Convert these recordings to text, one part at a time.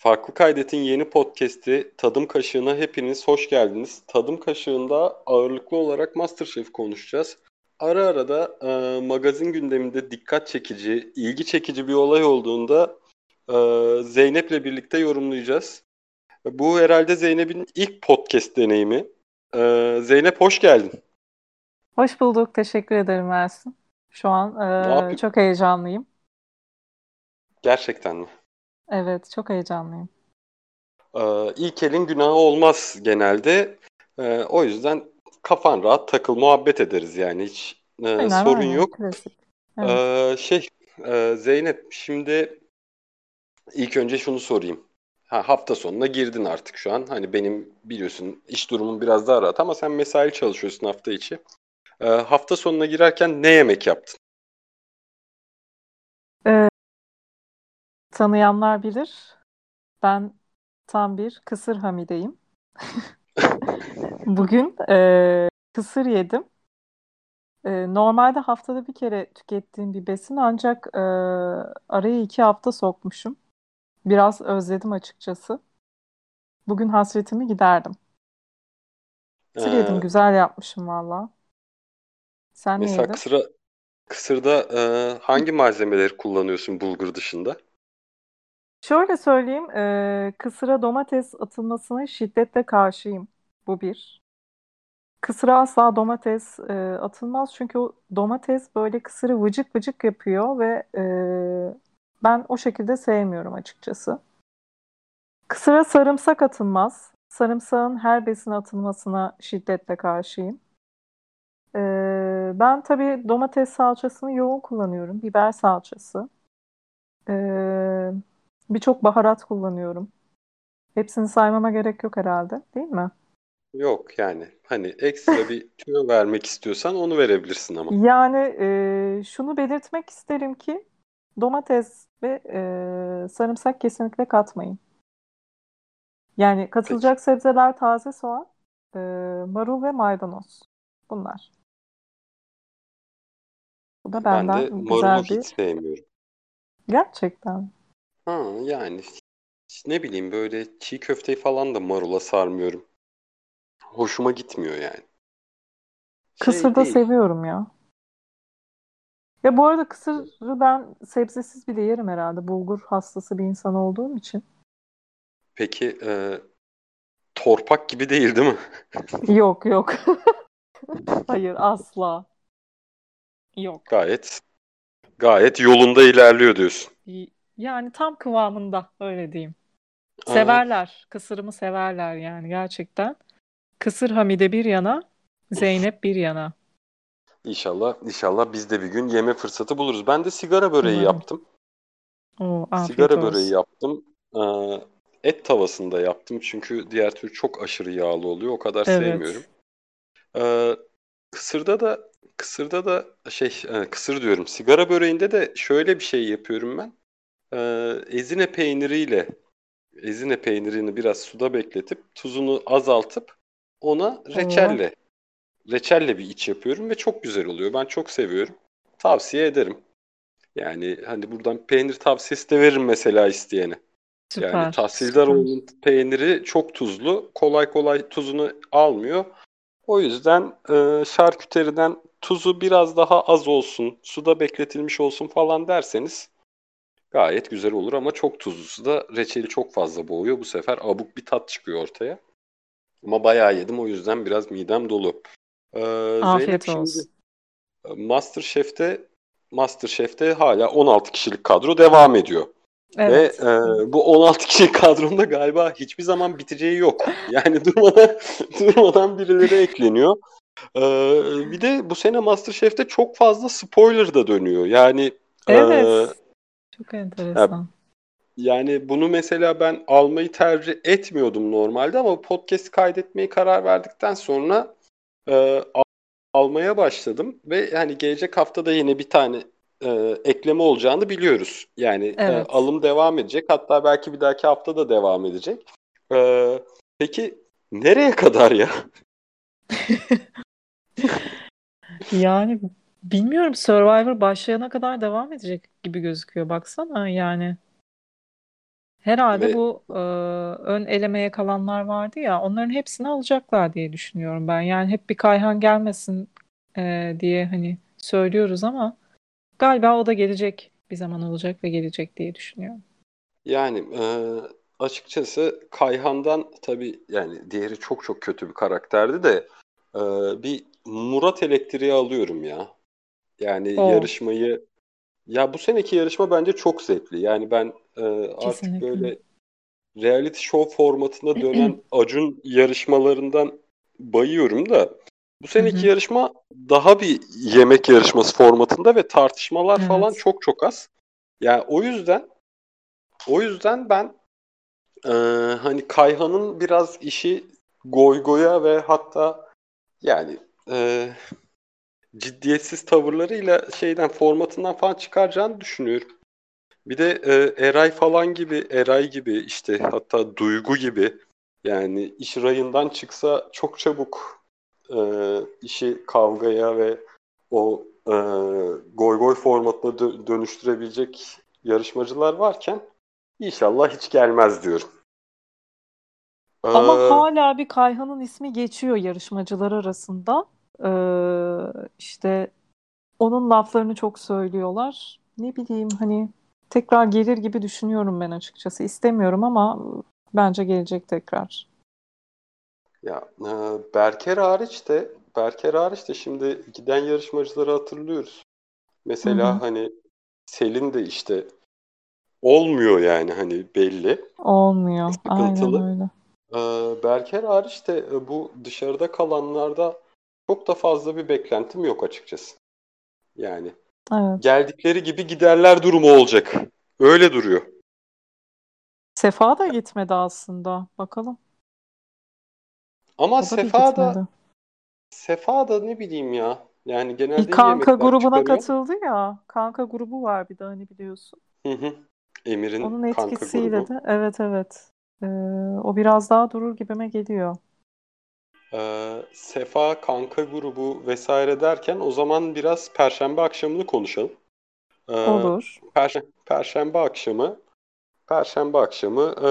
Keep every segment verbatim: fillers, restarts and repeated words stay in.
Farklı Kaydet'in yeni podcast'i Tadım Kaşığı'na hepiniz hoş geldiniz. Tadım Kaşığı'nda ağırlıklı olarak MasterChef konuşacağız. Ara ara da e, magazin gündeminde dikkat çekici, ilgi çekici bir olay olduğunda e, Zeynep'le birlikte yorumlayacağız. Bu herhalde Zeynep'in ilk podcast deneyimi. E, Zeynep hoş geldin. Hoş bulduk. Teşekkür ederim Ersin. Şu an Ne eee, yapayım? çok heyecanlıyım. Gerçekten mi? Evet, çok heyecanlıyım. E, ilk elin günahı olmaz genelde. E, o yüzden kafan rahat takıl, muhabbet ederiz yani hiç e, Aynen sorun aynen. yok. Klasik. Evet. Ee, şey e, Zeynep şimdi ilk önce şunu sorayım. Ha, hafta sonuna girdin artık şu an. Hani benim biliyorsun iş durumum biraz daha rahat ama sen mesai çalışıyorsun hafta içi. Ee, hafta sonuna girerken ne yemek yaptın? Eee, Tanıyanlar bilir. Ben tam bir kısır hamideyim. Bugün eee, kısır yedim. Eee, normalde haftada bir kere tükettiğim bir besin ancak eee, araya iki hafta sokmuşum. Biraz özledim açıkçası. Bugün hasretimi giderdim. Kısır yedim. Ee, Güzel yapmışım valla. Sen ne Mesela yedin? kısıra, kısırda e, hangi malzemeleri kullanıyorsun bulgur dışında? Şöyle söyleyeyim, e, kısıra domates atılmasına şiddetle karşıyım. Bu bir. Kısıra asla domates e, atılmaz çünkü o domates böyle kısırı vıcık vıcık yapıyor ve e, ben o şekilde sevmiyorum açıkçası. Kısıra sarımsak atılmaz. Sarımsağın her besine atılmasına şiddetle karşıyım. E, Ben tabii domates salçasını yoğun kullanıyorum. Biber salçası. E, Birçok baharat kullanıyorum. Hepsini saymama gerek yok herhalde, değil mi? Yok yani hani ekstra bir tüyo vermek istiyorsan onu verebilirsin ama. Yani e, şunu belirtmek isterim ki domates ve e, sarımsak kesinlikle katmayın. Yani Peki. katılacak sebzeler taze soğan, e, marul ve maydanoz. Bunlar. Bu da Ben de benden marulu güzel hiç bir sevmiyorum. gerçekten. Ha, yani ne bileyim böyle çiğ köfteyi falan da marula sarmıyorum. Hoşuma gitmiyor yani. Şey Kısır da değil. seviyorum ya. Ya bu arada kısırı ben sebzesiz bile yerim herhalde. Bulgur hastası bir insan olduğum için. Peki e, torpak gibi değil değil mi? Yok yok. Hayır asla. Yok. Gayet gayet yolunda ilerliyor diyorsun. Y- Yani tam kıvamında öyle diyeyim. Aa, Severler. Kısırımı severler yani gerçekten. Kısır Hamide bir yana, Zeynep bir yana. inşallah inşallah biz de bir gün yeme fırsatı buluruz. Ben de sigara böreği Umarım. yaptım. Oo, afiyet Sigara böreği olsun. yaptım. Ee, et tavasında yaptım çünkü diğer türlü çok aşırı yağlı oluyor. O kadar sevmiyorum. Evet. Ee, Kısırda da kısırda da şey e, kısır diyorum. Sigara böreğinde de şöyle bir şey yapıyorum ben. Ee, ezine peyniriyle ezine peynirini biraz suda bekletip tuzunu azaltıp ona Oo, reçelle reçelle bir iç yapıyorum ve çok güzel oluyor. Ben çok seviyorum. Tavsiye ederim. Yani hani buradan peynir tavsiyesi de veririm mesela isteyene. Yani süper, süper. Tahsildaroğlu'nun peyniri çok tuzlu. Kolay kolay tuzunu almıyor. O yüzden e, şarküteriden tuzu biraz daha az olsun, suda bekletilmiş olsun falan derseniz gayet güzel olur ama çok tuzlusu da reçeli çok fazla boğuyor. Bu sefer abuk bir tat çıkıyor ortaya. Ama bayağı yedim o yüzden biraz midem dolu. Ee, Zeynep Afiyet şimdi olsun. e, MasterChef'te MasterChef'te hala on altı kişilik kadro devam ediyor. Ve Evet. e, Evet. bu on altı kişilik kadronda galiba hiçbir zaman biteceği yok. Yani durmadan durmadan birileri ekleniyor. Ee, bir de bu sene MasterChef'te çok fazla spoiler da dönüyor. Yani e, Evet. Çok ya- enteresan. yani bunu mesela ben almayı tercih etmiyordum normalde ama podcast kaydetmeyi karar verdikten sonra e, almaya başladım ve hani gelecek hafta da yine bir tane e, ekleme olacağını biliyoruz. Yani e, Evet. alım devam edecek. Hatta belki bir dahaki hafta da devam edecek. E, peki nereye kadar ya? Yani bilmiyorum, Survivor başlayana kadar devam edecek gibi gözüküyor. Baksana yani. Herhalde Ve bu e, ön elemeye kalanlar vardı ya, onların hepsini alacaklar diye düşünüyorum ben. Yani hep bir Kayhan gelmesin e, diye hani söylüyoruz ama galiba o da gelecek, bir zaman olacak ve gelecek diye düşünüyorum. yani e, açıkçası Kayhan'dan tabii yani diğeri çok çok kötü bir karakterdi de e, bir Murat elektriği alıyorum ya. Yani O yarışmayı ya bu seneki yarışma bence çok zevkli. Yani ben e, artık kesinlikle. böyle reality show formatına dönen Acun yarışmalarından bayıyorum da bu Hı seneki hı. yarışma daha bir yemek yarışması formatında ve tartışmalar falan Evet. çok çok az. Yani o yüzden o yüzden ben e, hani Kayhan'ın biraz işi goygoya ve hatta yani e, ciddiyetsiz tavırlarıyla şeyden formatından falan çıkaracağını düşünüyorum. Bir de e, Eray falan gibi, Eray gibi işte hatta Duygu gibi yani iş rayından çıksa çok çabuk e, işi kavgaya ve o e, goy goy formatına dö- dönüştürebilecek yarışmacılar varken inşallah hiç gelmez diyorum. Ama Ee, hala bir Kayhan'ın ismi geçiyor yarışmacılar arasında. Ee, işte onun laflarını çok söylüyorlar. Ne bileyim hani tekrar gelir gibi düşünüyorum ben açıkçası. İstemiyorum ama bence gelecek tekrar. ya e, Berker hariç de Berker hariç de şimdi giden yarışmacıları hatırlıyoruz. Hı hı. Mesela hani Selin de işte olmuyor yani hani belli. Olmuyor. Aynen Sıkıntılı. öyle. Ee, Berker hariç de e, bu dışarıda kalanlarda çok da fazla bir beklentim yok açıkçası. Yani Evet. geldikleri gibi giderler durumu olacak. Öyle duruyor. Sefa da gitmedi aslında. Bakalım. Ama O da bir Sefa da gitmedi. Sefa da ne bileyim ya. Yani İlk genelde iyi Kanka yemekler grubuna çıkarıyor. katıldı ya. Kanka grubu var bir de hani biliyorsun. Hı hı. Emir'in Onun kanka etkisiyle grubu. de evet evet. Ee, o biraz daha durur gibime geliyor. Ee, Sefa kanka grubu vesaire derken o zaman biraz Perşembe akşamını konuşalım. Ee, Olur. Perşembe, Perşembe akşamı Perşembe akşamı e,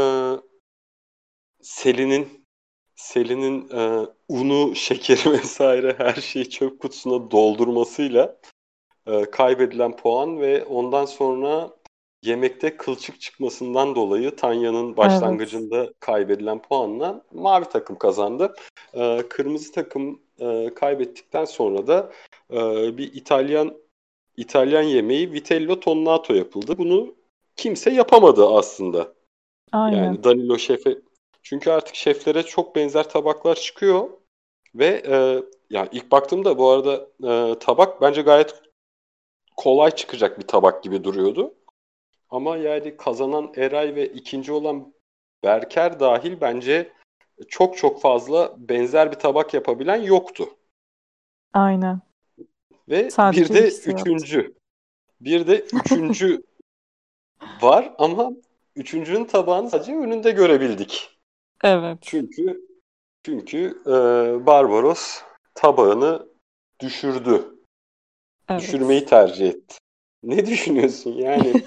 Selin'in Selin'in e, unu, şekeri vesaire her şeyi çöp kutusuna doldurmasıyla e, kaybedilen puan ve ondan sonra yemekte kılçık çıkmasından dolayı Tanya'nın Evet. başlangıcında kaybedilen puanla mavi takım kazandı. E, kırmızı takım e, kaybettikten sonra da e, bir İtalyan İtalyan yemeği Vitello Tonnato yapıldı. Bunu kimse yapamadı aslında. Aynen. Yani Danilo şefe çünkü artık şeflere çok benzer tabaklar çıkıyor ve e, ya ilk baktığımda bu arada e, tabak bence gayet kolay çıkacak bir tabak gibi duruyordu. Ama yani kazanan Eray ve ikinci olan Berker dahil bence çok çok fazla benzer bir tabak yapabilen yoktu. Aynen. Ve bir Sadece de ikisi yaptı. üçüncü. Bir de üçüncü var ama üçüncünün tabağını sadece önünde görebildik. Evet. Çünkü çünkü e, Barbaros tabağını düşürdü. Düşürmeyi Evet. tercih etti. Ne düşünüyorsun yani?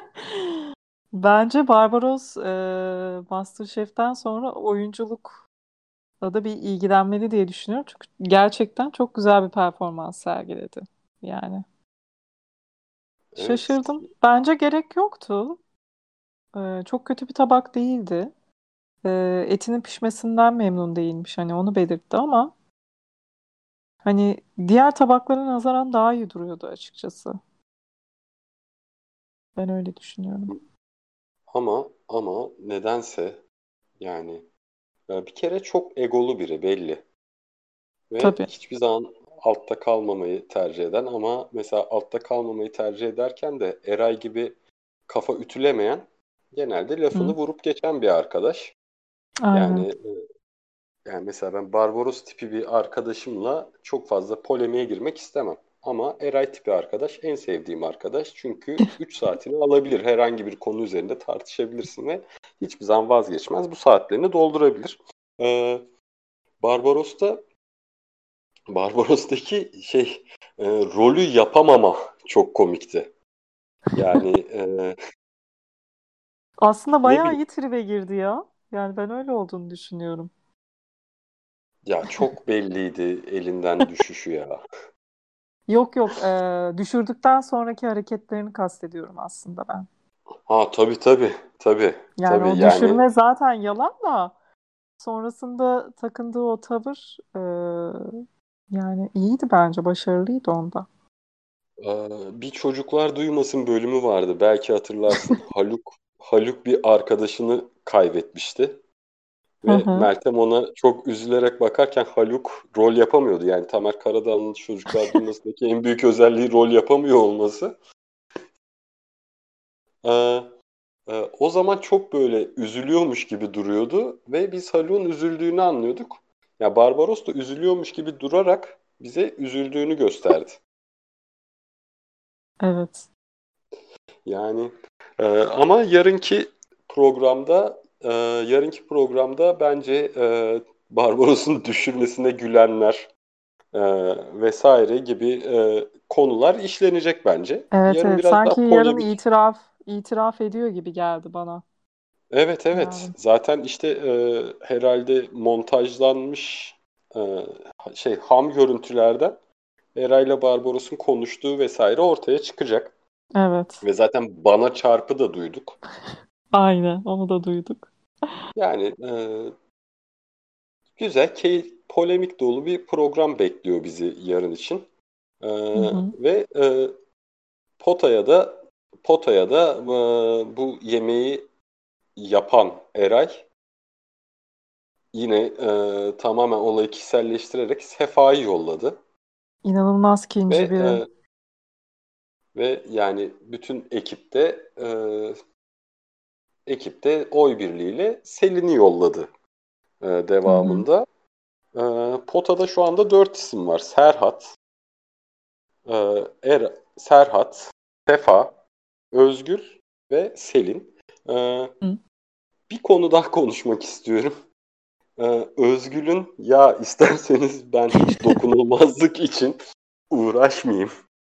Bence Barbaros e, MasterChef'ten sonra oyunculukla da bir ilgilenmeli diye düşünüyorum. Çünkü gerçekten çok güzel bir performans sergiledi. Yani Evet. şaşırdım. Bence gerek yoktu. E, çok kötü bir tabak değildi. E, etinin pişmesinden memnun değilmiş. Hani onu belirtti ama hani diğer tabaklara nazaran daha iyi duruyordu açıkçası. Ben öyle düşünüyorum. Ama ama nedense yani ya bir kere çok egolu biri belli. Ve Tabii. hiçbir zaman altta kalmamayı tercih eden ama mesela altta kalmamayı tercih ederken de Eray gibi kafa ütülemeyen genelde lafını Hı, vurup geçen bir arkadaş. aynen. Yani Yani mesela ben Barbaros tipi bir arkadaşımla çok fazla polemiğe girmek istemem. Ama Eray tipi arkadaş en sevdiğim arkadaş. Çünkü üç saatini alabilir. Herhangi bir konu üzerinde tartışabilirsin ve hiçbir zaman vazgeçmez. Bu saatlerini doldurabilir. Ee, Barbaros'ta Barbaros'taki şey e, rolü yapamama çok komikti. Yani e, Aslında Ne bayağı bileyim. iyi tribe girdi ya. Yani ben öyle olduğunu düşünüyorum. Ya çok belliydi elinden düşüşü ya. Yok yok, eee, düşürdükten sonraki hareketlerini kastediyorum aslında ben. Ha tabii tabii. Tabii. Yani Tabii o yani düşürme zaten yalan da sonrasında takındığı o tavır eee, yani iyiydi bence, başarılıydı onda. Ee, bir çocuklar duymasın bölümü vardı. Belki hatırlarsın. Haluk Haluk bir arkadaşını kaybetmişti Hı ve hı. Meltem ona çok üzülerek bakarken Haluk rol yapamıyordu. Yani Tamer Karadağ'ın çocuklar duymasındaki en büyük özelliği rol yapamıyor olması. Ee, e, o zaman çok böyle üzülüyormuş gibi duruyordu ve biz Haluk'un üzüldüğünü anlıyorduk. Ya Barbaros da üzülüyormuş gibi durarak bize üzüldüğünü gösterdi. Evet. Yani e, ama yarınki programda e, yarınki programda bence e, Barbaros'un düşürmesine gülenler e, vesaire gibi e, konular işlenecek bence. Evet Yarın evet. biraz daha Sanki yarın polemik. itiraf itiraf ediyor gibi geldi bana Evet evet. yarın. Zaten işte e, herhalde montajlanmış e, şey ham görüntülerden Eray'la Barbaros'un konuştuğu vesaire ortaya çıkacak. Evet. Ve zaten bana çarpı da duyduk. Aynı. Onu da duyduk. Yani e, güzel, key, polemik dolu bir program bekliyor bizi yarın için. Ee, Hı hı. ve e, Pota'ya da Pota'ya da e, bu yemeği yapan Eray yine e, tamamen olayı kişiselleştirerek Sefa'yı yolladı. İnanılmaz Ve kinci biri. e, ve yani bütün ekipte e, ekipte oy birliğiyle Selin'i yolladı e, Hı hı. devamında. E, Pota'da şu anda dört isim var. Serhat, e, Er, Serhat, Sefa, Özgür ve Selin. Ee, Hı. bir konu daha konuşmak istiyorum. Ee, Özgür'ün ya isterseniz ben hiç dokunulmazlık için uğraşmayayım.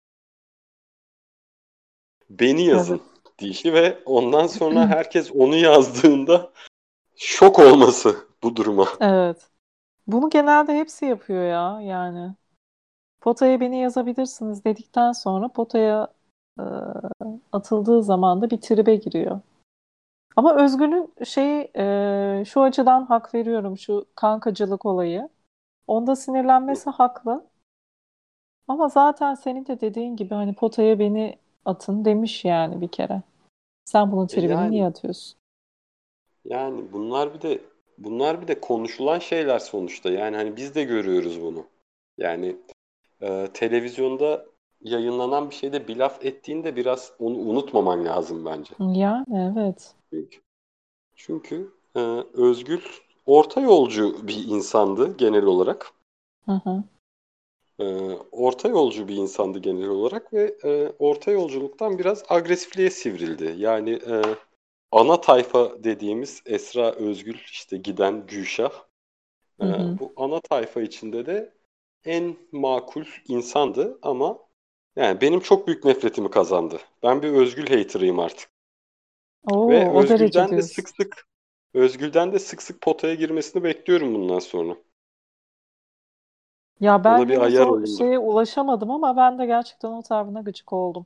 Beni Evet. yazın dişi ve ondan sonra herkes onu yazdığında şok olması bu duruma. Evet. Bunu genelde hepsi yapıyor ya yani. Potaya beni yazabilirsiniz dedikten sonra potaya e, atıldığı zaman da bir tribe giriyor. Ama Özgür'ün şeyi, e, şu açıdan hak veriyorum, şu kankacılık olayı. Onda sinirlenmesi haklı. Ama zaten senin de dediğin gibi hani potaya beni atın demiş yani bir kere. Sen bunun E tribini niye yani atıyorsun? yani bunlar bir de bunlar bir de konuşulan şeyler sonuçta. Yani hani biz de görüyoruz bunu. Yani e, televizyonda yayınlanan bir şeyde bir laf ettiğinde biraz onu unutmaman lazım bence. Yani evet. Çünkü, çünkü e, Özgül orta yolcu bir insandı genel olarak. Hı hı. E, orta yolcu bir insandı genel olarak ve e, orta yolculuktan biraz agresifliğe sivrildi. Yani e, ana tayfa dediğimiz Esra, Özgül, işte giden Gülşah. E, Hı hı. bu ana tayfa içinde de en makul insandı ama yani benim çok büyük nefretimi kazandı. Ben bir Özgül hater'ıyım artık. Ve Oo, o derece Özgül'den de diyorsun. sık sık Özgül'den de sık sık potaya girmesini bekliyorum bundan sonra. Ya ben Ona bir henüz ayar o olundu. şeye ulaşamadım ama ben de gerçekten o tavrına gıcık oldum.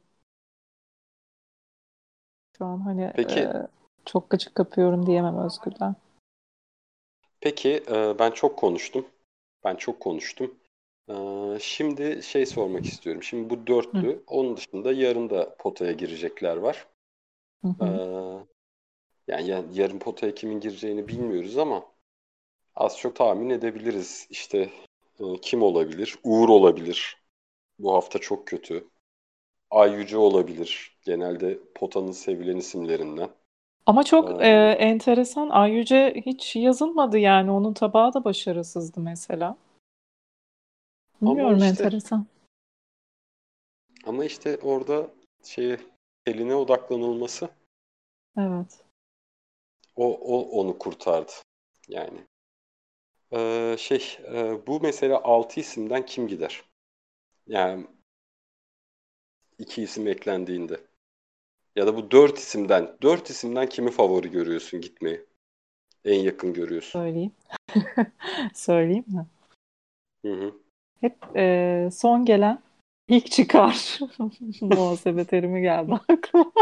Şu an hani Peki, e, çok gıcık kapıyorum diyemem Özgür'den. peki e, ben çok konuştum. Ben çok konuştum. E, şimdi şey sormak istiyorum. Şimdi bu Hı dörtlü, onun dışında yarın da potaya girecekler var. hı. E, Hı. yani ya- yarın potaya kimin gireceğini bilmiyoruz ama az çok tahmin edebiliriz. İşte e, kim olabilir? Uğur olabilir. Bu hafta çok kötü. Ay Yüce olabilir. Genelde potanın sevilen isimlerinden. Ama çok e, Ee, enteresan. Ayyüce hiç yazılmadı yani. Onun tabağı da başarısızdı mesela. ama Bilmiyorum, işte enteresan. ama işte orada şeye eline odaklanılması Evet. o, o onu kurtardı. Yani Ee, şey e, bu mesela altı isimden kim gider? Yani iki isim eklendiğinde. Ya da bu dört isimden, dört isimden kimi favori görüyorsun gitmeyi? En yakın görüyorsun. Söyleyeyim. Söyleyeyim mi? Hı hı. Hep e, son gelen ilk çıkar. Muhasebe terimi geldi aklıma.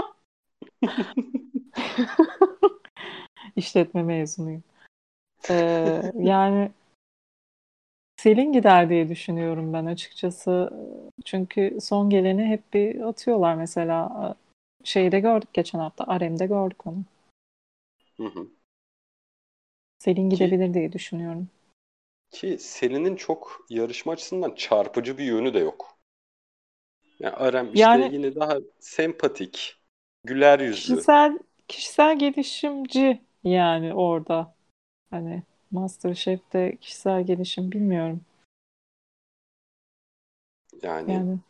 İşletme mezunuyum. E, yani Selin gider diye düşünüyorum ben açıkçası. Çünkü son geleni hep bir atıyorlar mesela. Şeyde gördük geçen hafta. Arem'de gördük onu. Hı hı. Selin Ki gidebilir diye düşünüyorum. ki Selin'in çok yarışma açısından çarpıcı bir yönü de yok. Yani Arem işte Yani yine daha sempatik, güler yüzlü. kişisel kişisel gelişimci yani orada. Hani MasterChef'te kişisel gelişim bilmiyorum. Yani Yani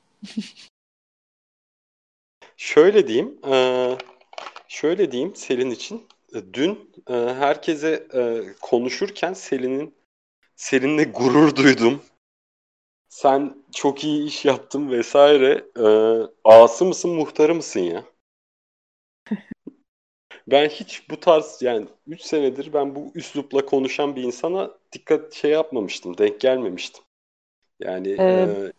şöyle diyeyim, eee, şöyle diyeyim Selin için. E, Dün e, herkese e, konuşurken Selin'in Selin'le gurur duydum. Sen çok iyi iş yaptın vesaire. Ee, ağası mısın, muhtarı mısın ya? Ben hiç bu tarz yani üç senedir ben bu üslupla konuşan bir insana dikkat şey yapmamıştım, denk gelmemiştim. Yani e, e,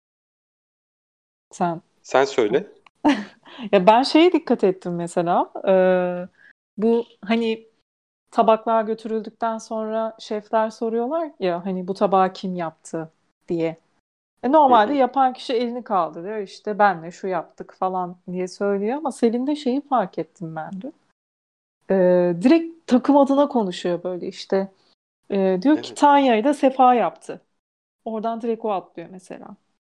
sen sen sen. söyle. Ya ben şeye dikkat ettim mesela. E, bu hani tabaklar götürüldükten sonra şefler soruyorlar ya hani bu tabağı kim yaptı diye. E, Hı normalde hı, yapan kişi elini kaldırıyor işte benle şu yaptık falan diye söylüyor ama Selin'de şeyi fark ettim ben de. E, direkt takım adına konuşuyor böyle işte. E, diyor ki evet, Tanya'yı da Sefa yaptı. Oradan direkt o atlıyor mesela.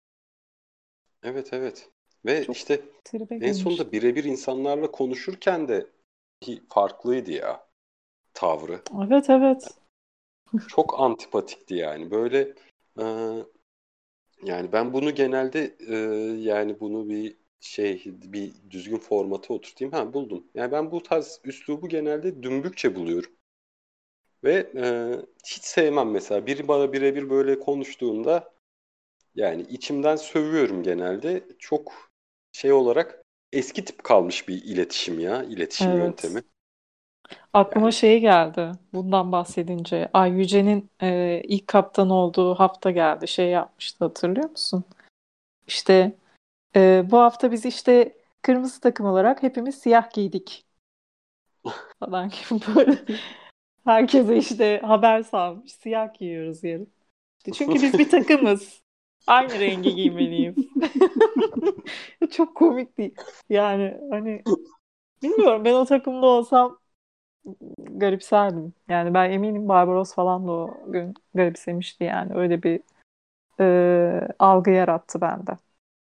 evet, evet. Ve Çok işte tribe en sonunda girmiştim. birebir insanlarla konuşurken de bir farklıydı ya tavrı. Evet evet. Çok antipatikti yani. Böyle e, yani ben bunu genelde e, yani bunu bir şey bir düzgün formata oturtayım. Ha buldum. Yani ben bu tarz üslubu genelde dümbükçe buluyorum. Ve e, hiç sevmem mesela. Biri bana birebir böyle konuştuğunda yani içimden sövüyorum genelde. Çok şey olarak eski tip kalmış bir iletişim ya, iletişim Evet. yöntemi. Aklıma Yani şey geldi. Bundan bahsedince. Ay Yüce'nin e, ilk kaptan olduğu hafta geldi. Şey yapmıştı hatırlıyor musun? İşte e, bu hafta biz işte kırmızı takım olarak hepimiz siyah giydik falan gibi böyle. Herkese işte haber salmış. Siyah giyiyoruz yarın. İşte çünkü biz bir takımız. Aynı rengi giymeliyiz. Çok komik değil. Yani hani bilmiyorum ben o takımda olsam garipserdim. Yani ben eminim Barbaros falan da o gün garipsemişti yani. Öyle bir e, algı yarattı bende.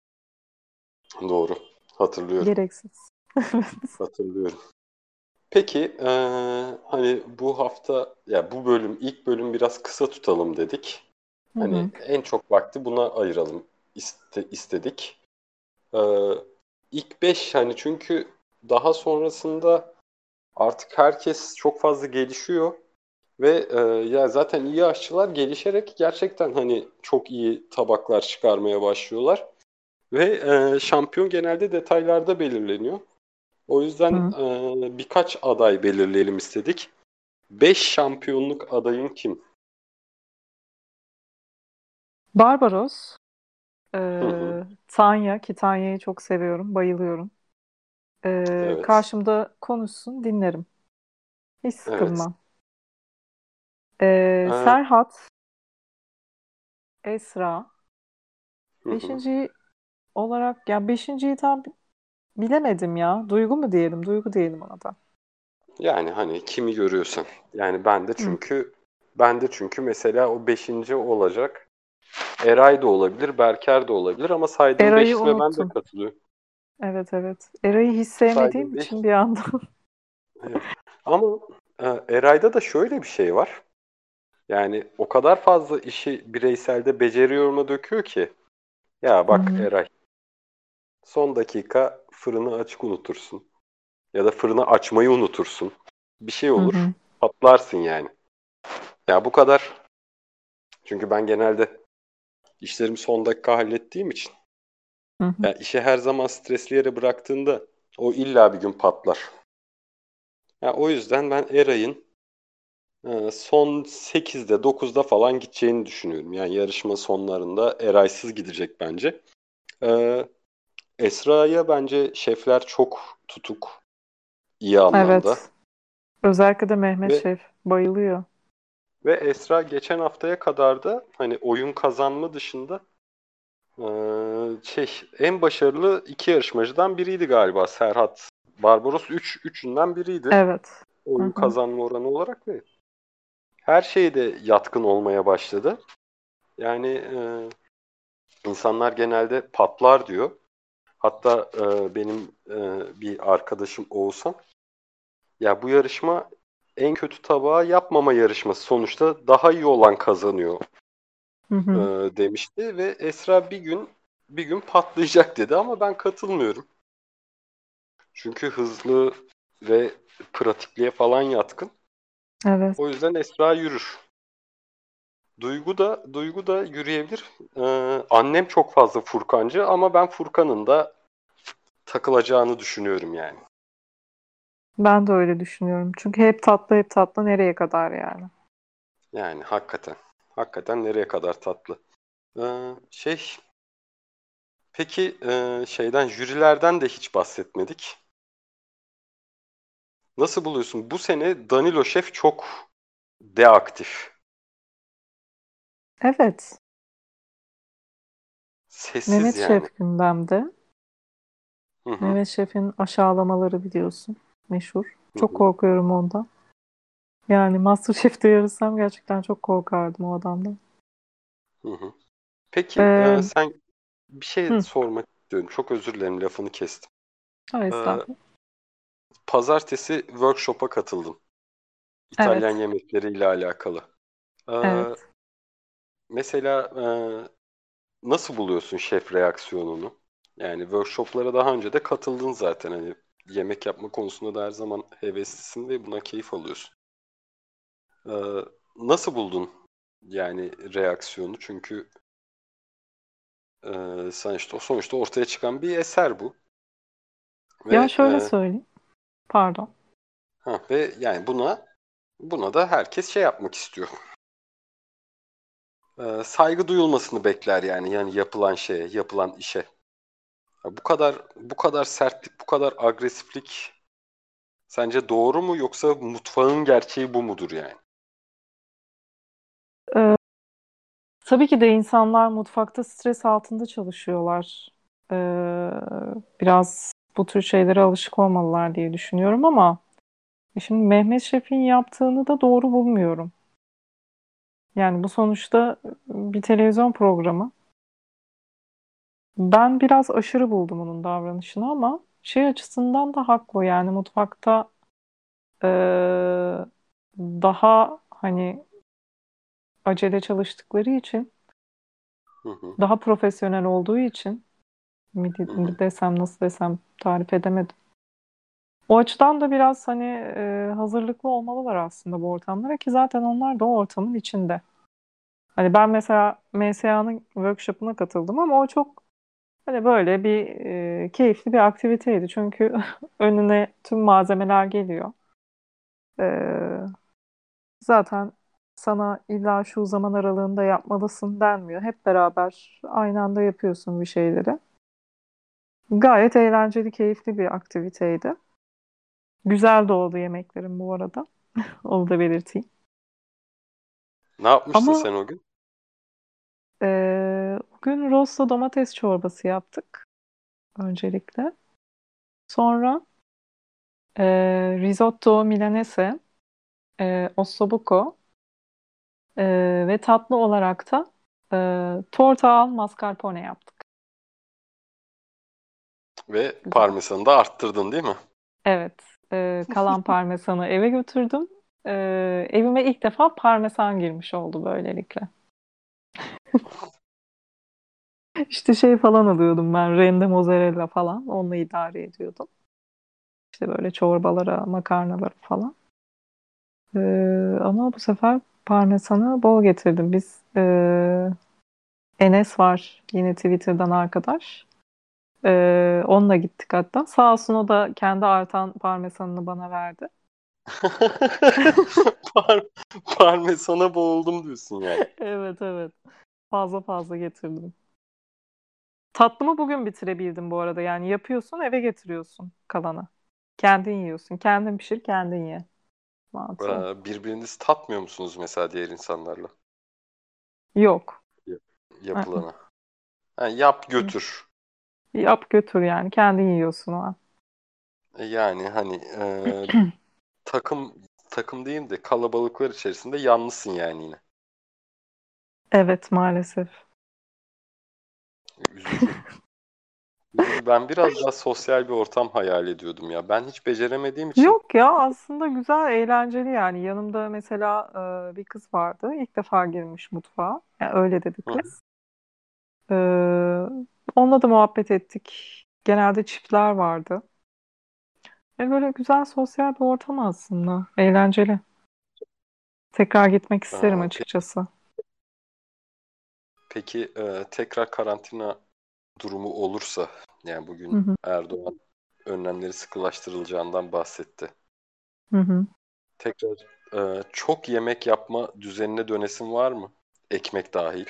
doğru. Hatırlıyorum. Gereksiz. Hatırlıyorum. Peki eee, hani bu hafta ya bu bölüm ilk bölüm biraz kısa tutalım dedik. Hı Hani hı. en çok vakti buna ayıralım iste- istedik. Eee ilk beş hani çünkü daha sonrasında artık herkes çok fazla gelişiyor ve eee, ya zaten iyi aşçılar gelişerek gerçekten hani çok iyi tabaklar çıkarmaya başlıyorlar ve eee, şampiyon genelde detaylarda belirleniyor. O yüzden Hı. eee, birkaç aday belirleyelim istedik. Beş şampiyonluk adayın kim? Barbaros, Hı hı, e, Tanya ki Tanya'yı çok seviyorum, bayılıyorum. E, evet. karşımda konuşsun, dinlerim. Hiç Evet. sıkılmam. E, Ee, Serhat, Esra. hı hı. Beşinci olarak ya beşinciyi tam bilemedim ya. Duygu mu diyelim? Duygu diyelim ona da. Yani hani kimi görüyorsan. Yani ben de Hı. çünkü ben de çünkü mesela o beşinci olacak. Eray da olabilir, Berker de olabilir ama saydığım beş Eray'ı isme ben de unuttum. katılıyorum. Evet evet. Eray'ı hiç Saydığım sevmediğim beş. için bir anda. Evet. Ama e, Eray'da da şöyle bir şey var. Yani o kadar fazla işi bireyselde beceriyoruma döküyor ki. Ya Hı bak hı. Eray, son dakika fırını açık unutursun. Ya da fırını açmayı unutursun. Bir şey Hı olur. hı. Patlarsın yani. Ya bu kadar. Çünkü ben genelde işlerimi son dakika hallettiğim için. Hı hı. Ya işi her zaman stresli yere bıraktığında O illa bir gün patlar. Ya o yüzden ben Eray'ın e, son sekizde dokuzda falan gideceğini düşünüyorum. Yani yarışma sonlarında Eray'sız gidecek bence. E, Esra'ya bence şefler çok tutuk, iyi anlamda. Evet. Özellikle de Mehmet Ve Şef bayılıyor. ve Esra geçen haftaya kadar da hani oyun kazanma dışında e, şey en başarılı iki yarışmacıdan biriydi galiba. Serhat Barbaros üç üçünden biriydi. Evet. Hı Oyun hı. kazanma oranı olarak ve her şeyde yatkın olmaya başladı. Yani e, insanlar genelde patlar diyor. Hatta e, benim e, bir arkadaşım Oğuzhan, ya bu yarışma en kötü tabağı yapmama yarışması. Sonuçta daha iyi olan kazanıyor Hı e, hı. demişti ve Esra bir gün bir gün patlayacak dedi ama ben katılmıyorum. Çünkü hızlı ve pratikliğe falan yatkın. Evet. O yüzden Esra yürür. Duygu da Duygu da yürüyebilir. Ee, annem çok fazla Furkancı ama ben Furkan'ın da takılacağını düşünüyorum yani. Ben de öyle düşünüyorum. Çünkü hep tatlı hep tatlı nereye kadar yani? Yani hakikaten. Hakikaten nereye kadar tatlı. Ee, şey peki e, şeyden jürilerden de hiç bahsetmedik. Nasıl buluyorsun? Bu sene Danilo Şef çok deaktif. Evet. Sessiz Mehmet yani. Şef gündemde. Hı hı. Mehmet Şef'in aşağılamaları biliyorsun. Meşhur. Hı Çok hı. korkuyorum ondan. Yani MasterChef'te yarışsam gerçekten çok korkardım o adamdan. Hı hı. Peki e, Ee, sen bir şey hı. sormak istiyorum. Çok özür dilerim lafını kestim. Ay, Ee, estağfurullah. Pazartesi workshop'a katıldım. İtalyan Evet. yemekleriyle alakalı. Ee, Evet. mesela e, nasıl buluyorsun şef reaksiyonunu? Yani workshop'lara daha önce de katıldın zaten. Hani yemek yapma konusunda da her zaman heveslisin ve buna keyif alıyorsun. Ee, nasıl buldun yani reaksiyonu? Çünkü e, sonuçta, sonuçta ortaya çıkan bir eser bu. Ya Ve şöyle e, söyleyeyim. Pardon. ha, ve yani buna buna da herkes şey yapmak istiyor. Ee, saygı duyulmasını bekler yani yani yapılan şeye, yapılan işe. Ya bu kadar bu kadar sertlik, bu kadar agresiflik sence doğru mu yoksa mutfağın gerçeği bu mudur yani? Ee, tabii ki de insanlar mutfakta stres altında çalışıyorlar. Ee, biraz bu tür şeylere alışık olmalılar diye düşünüyorum ama şimdi Mehmet Şef'in yaptığını da doğru bulmuyorum. Yani bu sonuçta bir televizyon programı. Ben biraz aşırı buldum onun davranışını ama şey açısından da haklı. Yani mutfakta eee, daha hani acele çalıştıkları için, Hı hı, daha profesyonel olduğu için mi hı de- hı, desem nasıl desem tarif edemedim. O açıdan da biraz hani eee, hazırlıklı olmalılar aslında bu ortamlara ki zaten onlar da o ortamın içinde. Hani ben mesela M S A'nın workshop'una katıldım ama o çok hani böyle bir e, keyifli bir aktiviteydi. Çünkü önüne tüm malzemeler geliyor. E, zaten sana illa şu zaman aralığında yapmalısın denmiyor. Hep beraber aynı anda yapıyorsun bir şeyleri. Gayet eğlenceli, keyifli bir aktiviteydi. Güzel de oldu yemeklerim bu arada. Onu da belirteyim. ne yapmıştın Ama sen o gün? e, bugün rosto domates çorbası yaptık öncelikle. Sonra e, risotto milanese, e, ossobuco, Ee, ve tatlı olarak da e, torta al mascarpone yaptık. Ve Güzel. parmesanı da arttırdın değil mi? Evet. E, kalan parmesanı eve götürdüm. E, evime ilk defa parmesan girmiş oldu böylelikle. İşte şey falan alıyordum ben. Rende mozzarella falan. Onunla idare ediyordum. İşte böyle çorbalara, makarnalara falan. E, ama bu sefer parmesanı bol getirdim. Biz e, Enes var yine Twitter'dan arkadaş. Ee, onunla gittik hatta. Sağ olsun o da kendi artan parmesanını bana verdi. Par parmesana boğuldum diyorsun yani. Evet, evet. Fazla fazla getirdim. Tatlımı bugün bitirebildim bu arada. Yani yapıyorsun, eve getiriyorsun kalanı. Kendin yiyorsun. Kendin pişir, kendin ye. Mantığı. Ee, birbirinizi tatmıyor musunuz mesela diğer insanlarla Yok. ya- Aa, yapılana? Ha, yap götür. yap götür yani. Kendin yiyorsun o an. E, Yani hani e, takım takım değil de kalabalıklar içerisinde yalnızsın yani yine. Evet, maalesef. Üzücü. Üzücü. Ben biraz daha sosyal bir ortam hayal ediyordum ya. Ben hiç beceremediğim için. Yok ya, aslında güzel, eğlenceli yani. Yanımda mesela e, bir kız vardı. İlk defa girmiş mutfağa. Yani öyle dedi Hı. kız. Ee, Onunla da muhabbet ettik. Genelde çiftler vardı. E böyle güzel sosyal bir ortam aslında. Eğlenceli. Tekrar gitmek isterim Ee, pe- açıkçası. peki e, tekrar karantina durumu olursa, yani Hı bugün hı, Erdoğan önlemleri sıkılaştırılacağından bahsetti. hı hı. Tekrar e, çok yemek yapma düzenine dönesin var mı? Ekmek dahil.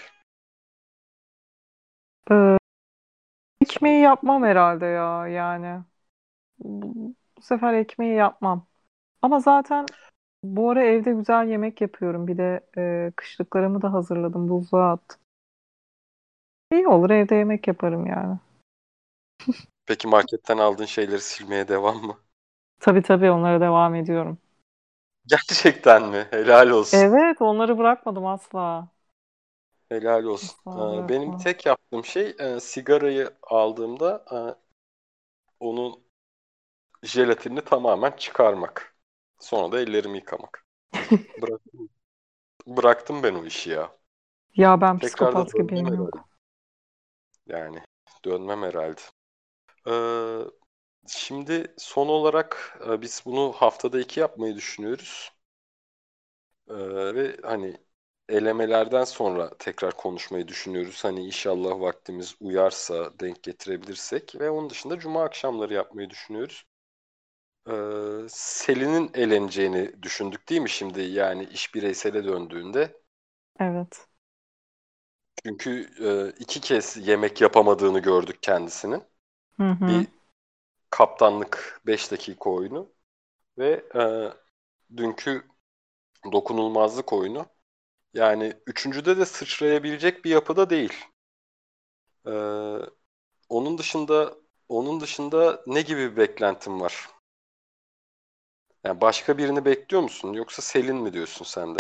Ee, Ekmeği yapmam herhalde ya yani. Bu, bu sefer ekmeği yapmam. Ama zaten bu ara evde güzel yemek yapıyorum. Bir de e, kışlıklarımı da hazırladım. Buzluğa attım. İyi olur, evde yemek yaparım yani. Peki marketten aldığın şeyleri silmeye devam mı? Tabii tabii, onlara devam ediyorum. Gerçekten mi? Helal olsun. Evet, onları bırakmadım asla. Helal olsun. Asla Ee, benim bırakmam. tek yaptığım şey e, sigarayı aldığımda e, onun jelatinini tamamen çıkarmak. Sonra da ellerimi yıkamak. Bırak, bıraktım ben o işi ya. Ya ben Tekrar da psikopat dönmem gibiyim, herhalde. yok. Yani dönmem herhalde. Ee, Şimdi son olarak e, biz bunu haftada iki yapmayı düşünüyoruz. Ee, ve hani elemelerden sonra tekrar konuşmayı düşünüyoruz. Hani inşallah vaktimiz uyarsa, denk getirebilirsek ve onun dışında cuma akşamları yapmayı düşünüyoruz. Ee, Selin'in eleneceğini düşündük değil mi şimdi? Yani iş bireysele döndüğünde. Evet. Çünkü e, iki kez yemek yapamadığını gördük kendisinin. Hı hı. Bir kaptanlık beş dakika oyunu ve e, dünkü dokunulmazlık oyunu. Yani üçüncüde de sıçrayabilecek bir yapıda değil. Ee, onun dışında onun dışında ne gibi bir beklentin var? Yani başka birini bekliyor musun yoksa Selin mi diyorsun sen de?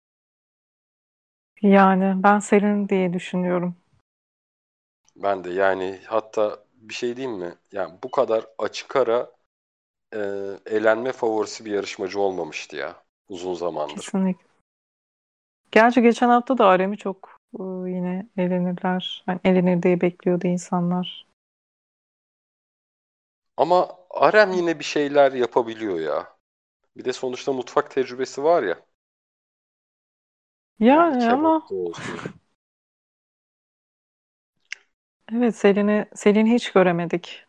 Yani ben Selin diye düşünüyorum. Ben de yani hatta bir şey diyeyim mi? Yani bu kadar açık ara e, elenme favorisi bir yarışmacı olmamıştı ya uzun zamandır. Kesinlikle. Gerçi geçen hafta da Arem'i çok e, yine elenirler. Hani elenir diye bekliyordu insanlar. Ama Arem yine bir şeyler yapabiliyor ya. Bir de sonuçta mutfak tecrübesi var ya. Yani Yani ama kebapta olsun. evet, Selin'i Selin'i hiç göremedik.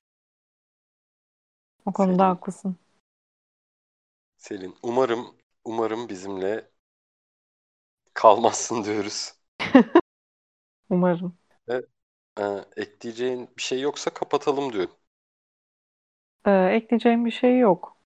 O konuda Selin, haklısın. Selin umarım umarım bizimle kalmazsın diyoruz. Umarım. Ve e, ekleyeceğin bir şey yoksa kapatalım diyor. Ee, ekleyeceğim bir şey yok.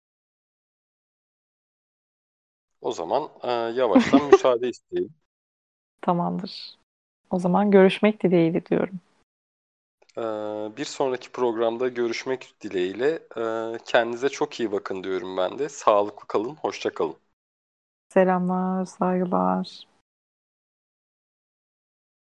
O zaman e, yavaştan müsaade isteyeyim. Tamamdır. O zaman görüşmek dileğiyle diyorum. E, Bir sonraki programda görüşmek dileğiyle. E, kendinize çok iyi bakın diyorum ben de. Sağlıklı kalın, hoşça kalın. Selamlar, saygılar.